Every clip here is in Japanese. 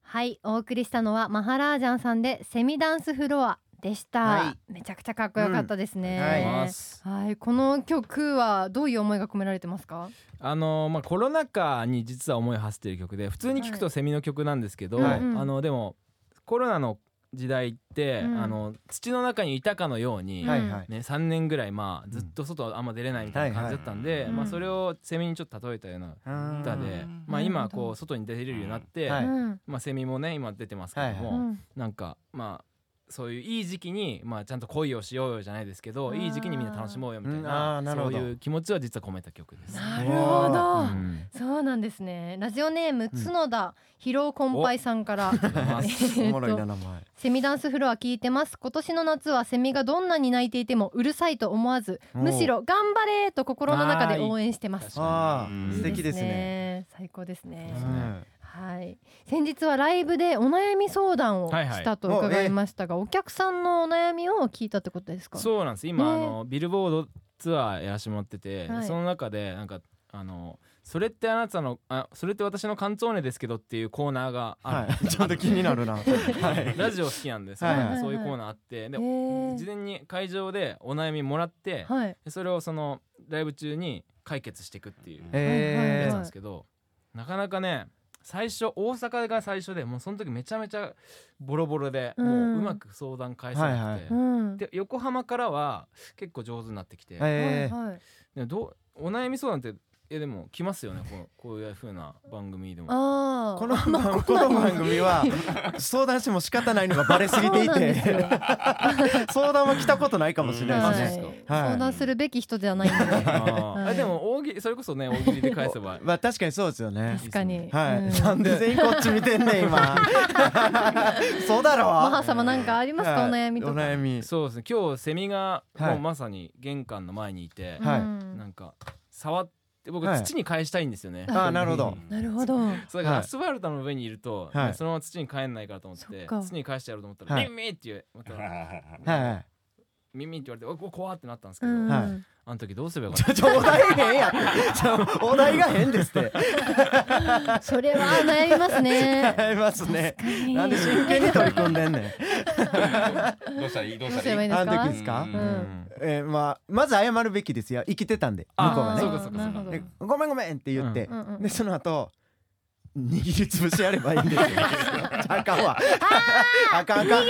はい、お送りしたのはマハラージャンさんでセミダンスフロアでした、 はい、 めちゃくちゃかっこよかったですね、 はい、 この曲はどういう思いが込められてますか？ コロナ禍に実は思いを馳せている曲で、普通に聴くとセミの曲なんですけど、 はい、 でもコロナの時代って、土の中にいたかのように、3年ぐらいずっと外あんま出れないみたいな感じだったんで、それをセミにちょっと例えたような歌で、今こう外に出れるようになって、セミもね今出てますけども、なんかそういういい時期にちゃんと恋をしようよじゃないですけど、いい時期にみんな楽しもうよみたいな、そういう気持ちは実は込めた曲です。 なるほど、そうなんですね。ラジオネーム角田疲労困憊さんからおもろいな名前。 セミダンスフロア聞いてます。今年の夏はセミがどんなに鳴いていてもうるさいと思わず、むしろ頑張れと心の中で応援してます。 素敵ですね。 最高ですね。はい、先日はライブでお悩み相談をしたと伺いましたが、お客さんのお悩みを聞いたってことですか？ そうなんです。今、ビルボードツアーやらせてもらってて、その中でなんかそれってあなたのそれって私のカンツォーネですけどっていうコーナーがある、 ちょっと気になるなラジオ好きなんですよ、そういうコーナーあって、で事前に会場でお悩みもらって、それをそのライブ中に解決していくっていうやつなんですけど、なかなかね、最初大阪が最初で、もうその時めちゃめちゃボロボロで、もううまく相談返せなくて、で横浜からは結構上手になってきて、でお悩み相談ってでも来ますよね、こういう風な番組でも。 この番組は相談しても仕方ないのがバレすぎていて相談は来たことないかもしれないですね。 相談するべき人じゃないのででも大喜利、それこそね、大喜利で返せば確かにそうですよね。 確かに、 なんで全員こっち見てんねん今そうだろう。 マハ様なんかありますか？お悩みとか。 お悩み、 そうですね、今日セミがもうまさに玄関の前にいて、なんか触って僕土に返したいんですよね。 なるほどなるほど。 そうだからアスファルトの上にいるとそのまま土に帰んないからと思って土に返してやろうと思ったらミンミンって言う、ミンミンって言われて怖ってなったんですけど、あの時どうすればよかった。 お題変やお題が変ですってそれは悩みますね。 悩みますね。なんで真剣に取り組んでんねんどうしたらいいですか？ あの時ですか？まず謝るべきですよ。生きてたんで向こうがね、ごめんごめんって言って、でその後握りつぶしやればいいんですよあかんわあかん逃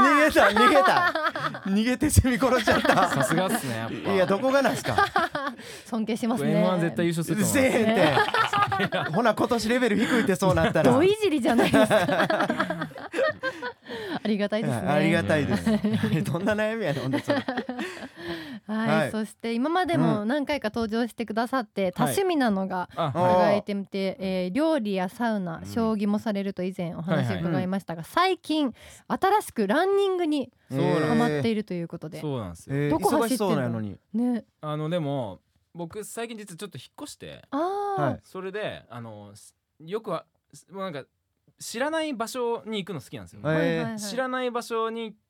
げてセミ殺しちゃった。 さすがっすね、やっぱ。 いやどこがなんすか尊敬しますね。 M1 絶対優勝すると思う。 せえへんってほな今年レベル低いってそうなったらどいじりじゃないですかありがたいですね。 ありがたいですどんな悩みやねんそれそして今までも何回か登場してくださって多趣味なのが伺えてみて、料理やサウナ、将棋もされると以前お話伺いましたが、最近新しくランニングにハマっているということで。 そうなんですよ。 どこ走ってるのにね。 でも僕最近実はちょっと引っ越して、それでよくはもうなんか知らない場所に行くの好きなんですよ。知らない場所に行って、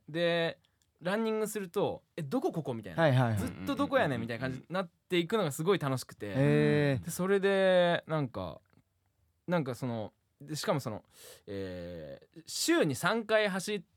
でランニングするとどこここみたいな、ずっとどこやねんみたいな感じになっていくのがすごい楽しくて、でそれでなんかそのしかもその、週に3回走って、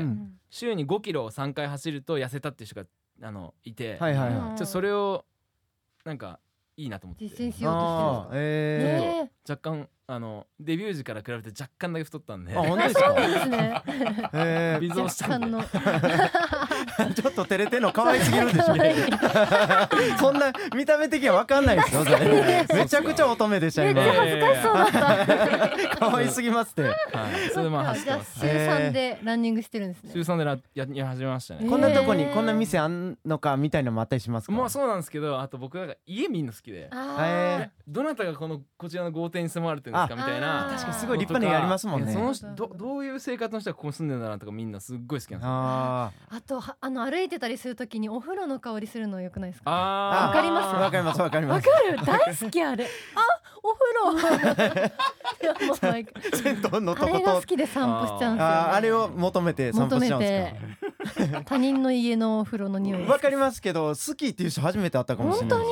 週に5キロを3回走ると痩せたっていう人がいて、ちょっとそれをなんかいいなと思って実践しようとしてるんですか？ 若干デビュー時から比べて若干だけ太ったんで。 本当ですか？ そうですね。 微増したんでちょっと照れてんの可愛すぎるでしょそんな見た目的には分かんないですよめちゃくちゃ乙女でした今。 めっちゃ恥ずかしそうだった可愛すぎますって。 それで走ってます。 週3でランニングしてるんですね。 週3でや始めましたね。 こんなとこにこんな店あんのかみたいなのもあったりしますか？ もうそうなんですけど、あと僕が家見るの好きで、どなたがこちらの豪邸に住まわれてるんですかみたいな。 確かにすごい立派な家ありますもんね。 その人どういう生活の人がここに住んでるんだなとかみんなすっごい好きなんですよ。 あと歩いてたりするときにお風呂の香りするのよくないですか？ わかります？ わかります。わかる大好きあれ。お風呂銭湯のとことあれが好きで散歩しちゃうんですよね。 あれを求めて散歩しちゃうんですか？ 他人の家のお風呂の匂い。 わかりますけど好きっていう人初めて会ったかもしれない。 本当に？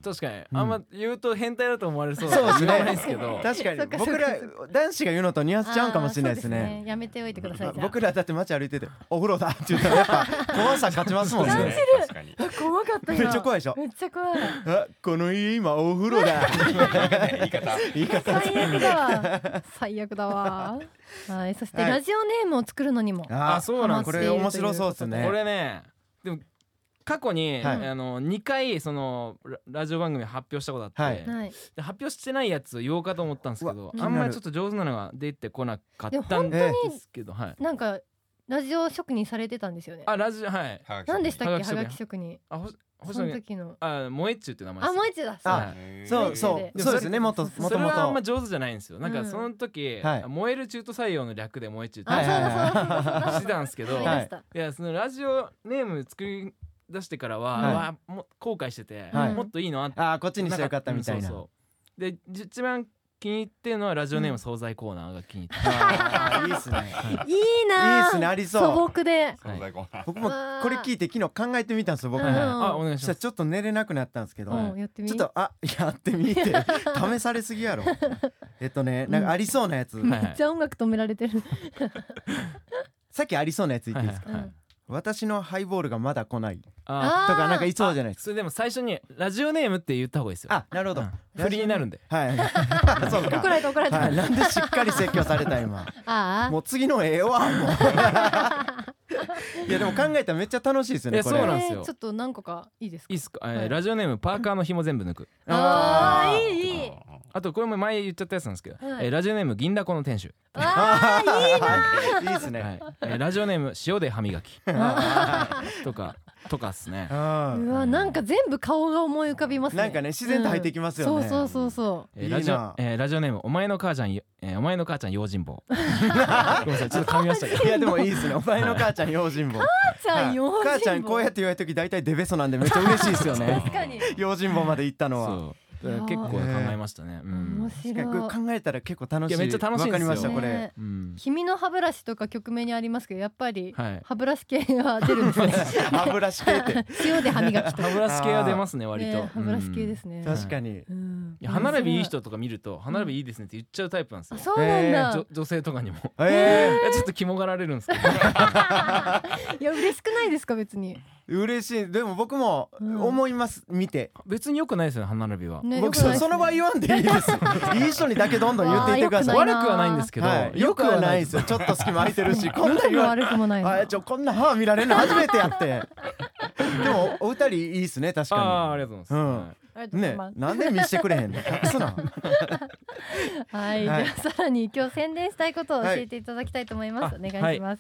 確かにあんま言うと変態だと思われそうそうですね。 言わないですけど確かに僕ら男子が言うのとニュアンスちゃうかもしれないですね。 やめておいてください。 僕らだって街歩いててお風呂だって言ったらやっぱ怖さ勝ちますもんね。 確かに怖かったよ。 めっちゃ怖いでしょ。 めっちゃ怖い。 この家今お風呂だ。 言い方最悪だわ。最悪だわ。はい。そしてラジオネームを作るのにも。 そうなんこれ面白そうですね。 これねでも過去に2回そのラジオ番組発表したことあってで発表してないやつを言おうかと思ったんですけどあんまりちょっと上手なのが出てこなかったんですけどなんかラジオ職人されてたんですよね。 ラジオはい何でしたっけはがき職人。その時の萌えっちゅうって名前です。 萌えっちゅうだ。 そうですね。もともとそれはあんま上手じゃないんですよ。なんかその時燃える中途採用の略で萌えっちゅうってしてたんですけど、いやそのラジオネーム作り出してからはもう後悔しててもっといいのこっちにしてよかったみたいな。 で一番気に入ってるのはラジオネーム惣菜コーナーが気に入っていいっすね。 いいな。 いいっすね。ありそう。 素朴で僕もこれ聞いて昨日考えてみたんですよ。僕もお願いします。 ちょっと寝れなくなったんですけどちょっとやってみて試されすぎやろ。なんかありそうなやつ。 めっちゃ音楽止められてる。 さっきありそうなやつ言っていいですか。私のハイボールがまだ来ないとかなんかいそうじゃないですか。 それでも最初にラジオネームって言った方がいいですよ。なるほど。 振りになるんで。 そうか。 怒られた。 なんでしっかり説教された今。もう次の絵はもう。いやでも考えたらめっちゃ楽しいですよね。 そうなんですよ。 ちょっと何個かいいですか。 いいですか。ラジオネームパーカーの紐全部抜く。 いい。 あとこれも前言っちゃったやつなんですけど、ラジオネーム銀だこの店主。 いいな。 いいですね。 ラジオネーム塩で歯磨きとかっすね。 うわなんか全部顔が思い浮かびますね。 なんかね自然と入ってきますよね。 そうラジオネームお前の母ちゃん用心棒。ごめんなさいちょっと噛みましたけど。 いやでもいいですね。お前の母ちゃん用心棒。母ちゃんこうやって言われる時大体デベソなんでめっちゃ嬉しいですよね。 確かに。 用心棒まで行ったのは。 結構考えましたね。 面白い。 考えたら結構楽しい。 めっちゃ楽しいですよ。 わかりましたこれ。 君の歯ブラシとか曲名にありますけどやっぱり歯ブラシ系が出るんですね。 歯ブラシ系って塩で歯磨きと歯ブラシ系は出ますね割と。 歯ブラシ系ですね。 確かに。 歯並びいい人とか見ると歯並びいいですねって言っちゃうタイプなんですよ。 そうなんだ。 女性とかにも。ちょっと肝がられるんですけど。 いや嬉しくないですか別に。 嬉しい。でも僕も思います見て。 別に良くないですよね歯並びは。 僕その場合言わんでいいです。いい人にだけどんどん言っていってください。 悪くはないんですけど。 よくはないですよ。ちょっと隙間空いてるしこんな言わ悪くもない。 こんな歯見られるの初めてやって。でもお二人いいですね確かに。 ありがとうございます。 ね、なんで見してくれへんの。隠すな。 はい、ではさらに今日宣伝したいことを教えていただきたいと思います。お願いします。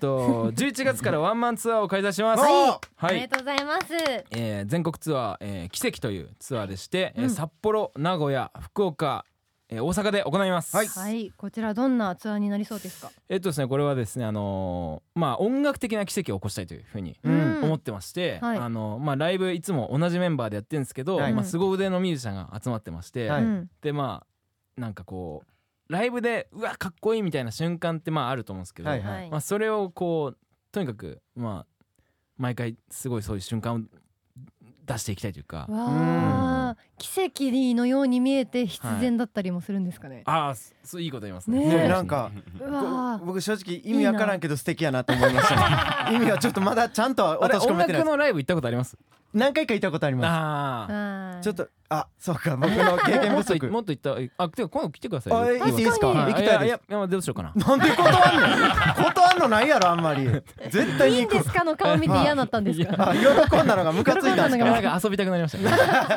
11月からワンマンツアーを開催します。 おめでとうございます。 全国ツアー、奇跡というツアーでして、札幌、名古屋、福岡、大阪で行います。 はい、こちらどんなツアーになりそうですか。 ですね、これはですね、音楽的な奇跡を起こしたいというふうに思ってまして、ライブいつも同じメンバーでやってるんですけど、凄腕のミュージシャンが集まってまして、でなんかこうライブでうわかっこいいみたいな瞬間ってあると思うんですけど、それをこうとにかく毎回すごいそういう瞬間を出していきたいというか。 奇跡のように見えて必然だったりもするんですかね。 そういいこと言いますね。 なんか僕正直意味わからんけど素敵やなと思いました。意味はちょっとまだちゃんと落とし込めてない。 音楽のライブ行ったことあります？ 何回か行ったことあります。ちょっとそうか僕の経験不足。 もっと行ったてか今度来てください。 いいですか？行きたいです。 いやどうしようかな。 なんで断んのないやろあんまり。絶対にいいんですかの顔見て嫌だったんですか。 喜んだのがムカついたんですか。 なんか遊びたくなりました。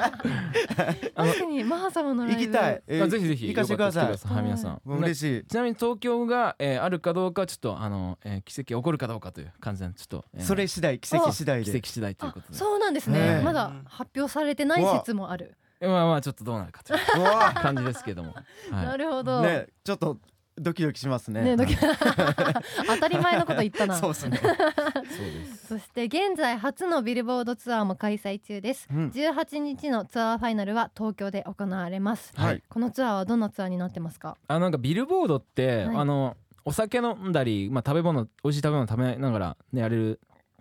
確かにマハ様のライブ行きたい。 ぜひぜひ行かせてください。 皆さん嬉しい。 ちなみに東京があるかどうかちょっと奇跡起こるかどうかという感じでちょっとそれ次第奇跡次第で。 奇跡次第ということで。 そうなんですね。まだ発表されてない説もある。 ちょっとどうなるかという感じですけども。 なるほど。 ね、ちょっとドキドキしますね。 当たり前のこと言ったな。 そうですね。 そして現在初のビルボードツアーも開催中です。18日のツアーファイナルは東京で行われます。このツアーはどんなツアーになってますか？ なんかビルボードってお酒飲んだり美味しい食べ物食べながらねやれる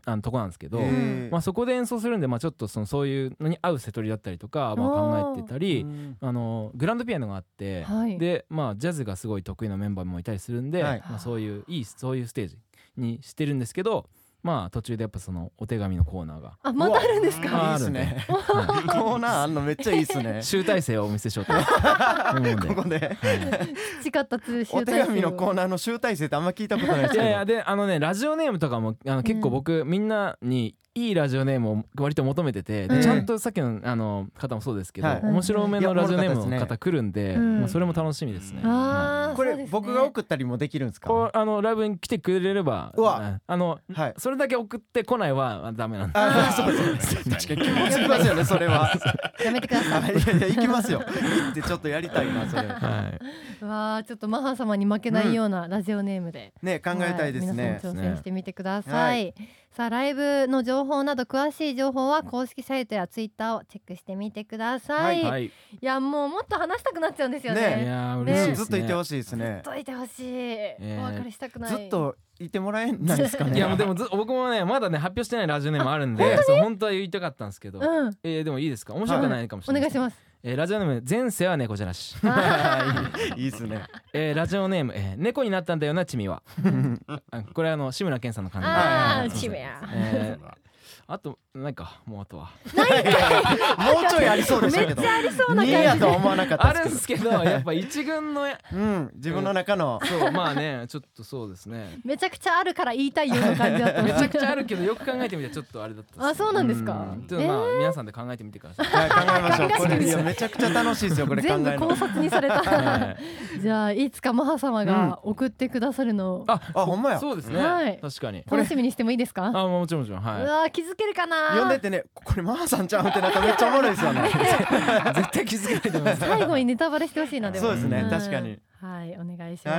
とこなんですけど、まあ、そこで演奏するんで、まあ、ちょっとそういうのに合う瀬取りだったりとか、まあ、考えてたりグランドピアノがあって、はい、で、まあ、ジャズがすごい得意なメンバーもいたりするんで、はい、まあ、そういうステージにしてるんですけど、まあ途中でやっぱそのお手紙のコーナーがまたあるんですか？ いいですね。コーナーあんのめっちゃいいっすね。 集大成をお見せしようとここで培った集大成。 お手紙のコーナーの集大成ってあんま聞いたことないですけど。 いやでね、ラジオネームとかも結構僕みんなにいいラジオネームを割と求めてて、ちゃんとさっきの方もそうですけど、面白めのラジオネームの方来るんで、それも楽しみですね。 これ僕が送ったりもできるんですか？ ライブに来てくれれば、それだけ送ってこないはダメなんで。 そうです確かに気持ちいますよね、それは。 やめてください。 いや行きますよ。行ってちょっとやりたいなそれ。 わあ、ちょっとマハ様に負けないようなラジオネームでね、考えたいですね。 皆さん挑戦してみてください。さあ、ライブの情報など詳しい情報は公式サイトやツイッターをチェックしてみてください。いや、もうもっと話したくなっちゃうんですよね。 いや嬉しいですね。 ずっといてほしいですね。 ずっといてほしい。お別れしたくない。 ずっといてもらえないですかね。 いや、でも僕もね、まだね発表してないラジオネームあるんで、本当は言いたかったんですけど、でもいいですか？面白くないかもしれない。 お願いします。 ラジオネーム前世は猫じゃらし。 いいですね。 ラジオネーム猫になったんだよなチミは。これ志村けんさんの感じ。 チミや。 あとないか、もうあとはないか。 もうちょいありそうでしたけど。 めっちゃありそうな感じ。 2やとは思わなかったあるんですけど、やっぱ一軍の自分の中のそう、まあね、ちょっとそうですね。 めちゃくちゃあるから言いたいような感じだった。 めちゃくちゃあるけど、よく考えてみたらちょっとあれだった。 あ、そうなんですか。 ちょっとまあ皆さんで考えてみてください。 はい、考えましょう。これいやめちゃくちゃ楽しいですよ、これ考えるの。 全部考察にされた。じゃあいつかマハ様が送ってくださるの。 ほんまや。 そうですね。確かに。 楽しみにしてもいいですか？ もちろんもちろん。はい。 うわ、気づけるかな。 呼んでてね、これマハさんちゃうんってなんかめっちゃおもろいですよね。 絶対気づけないと思います。 最後にネタバレしてほしいので。 そうですね、確かに。 はい、お願いします。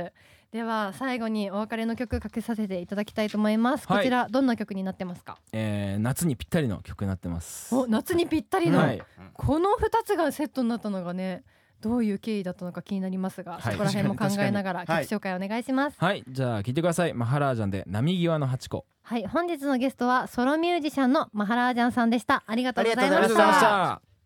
では最後にお別れの曲かけさせていただきたいと思います。こちらどんな曲になってますか？ 夏にぴったりの曲になってます。 夏にぴったりの、この2つがセットになったのがね、どういう経緯だったのか気になりますが、そこら辺も考えながら曲紹介お願いします。 はい、じゃあ聴いてください。マハラージャンで波際の8個。 はい、本日のゲストはソロミュージシャンのマハラージャンさんでした。ありがとうございました。 ありがとうございました。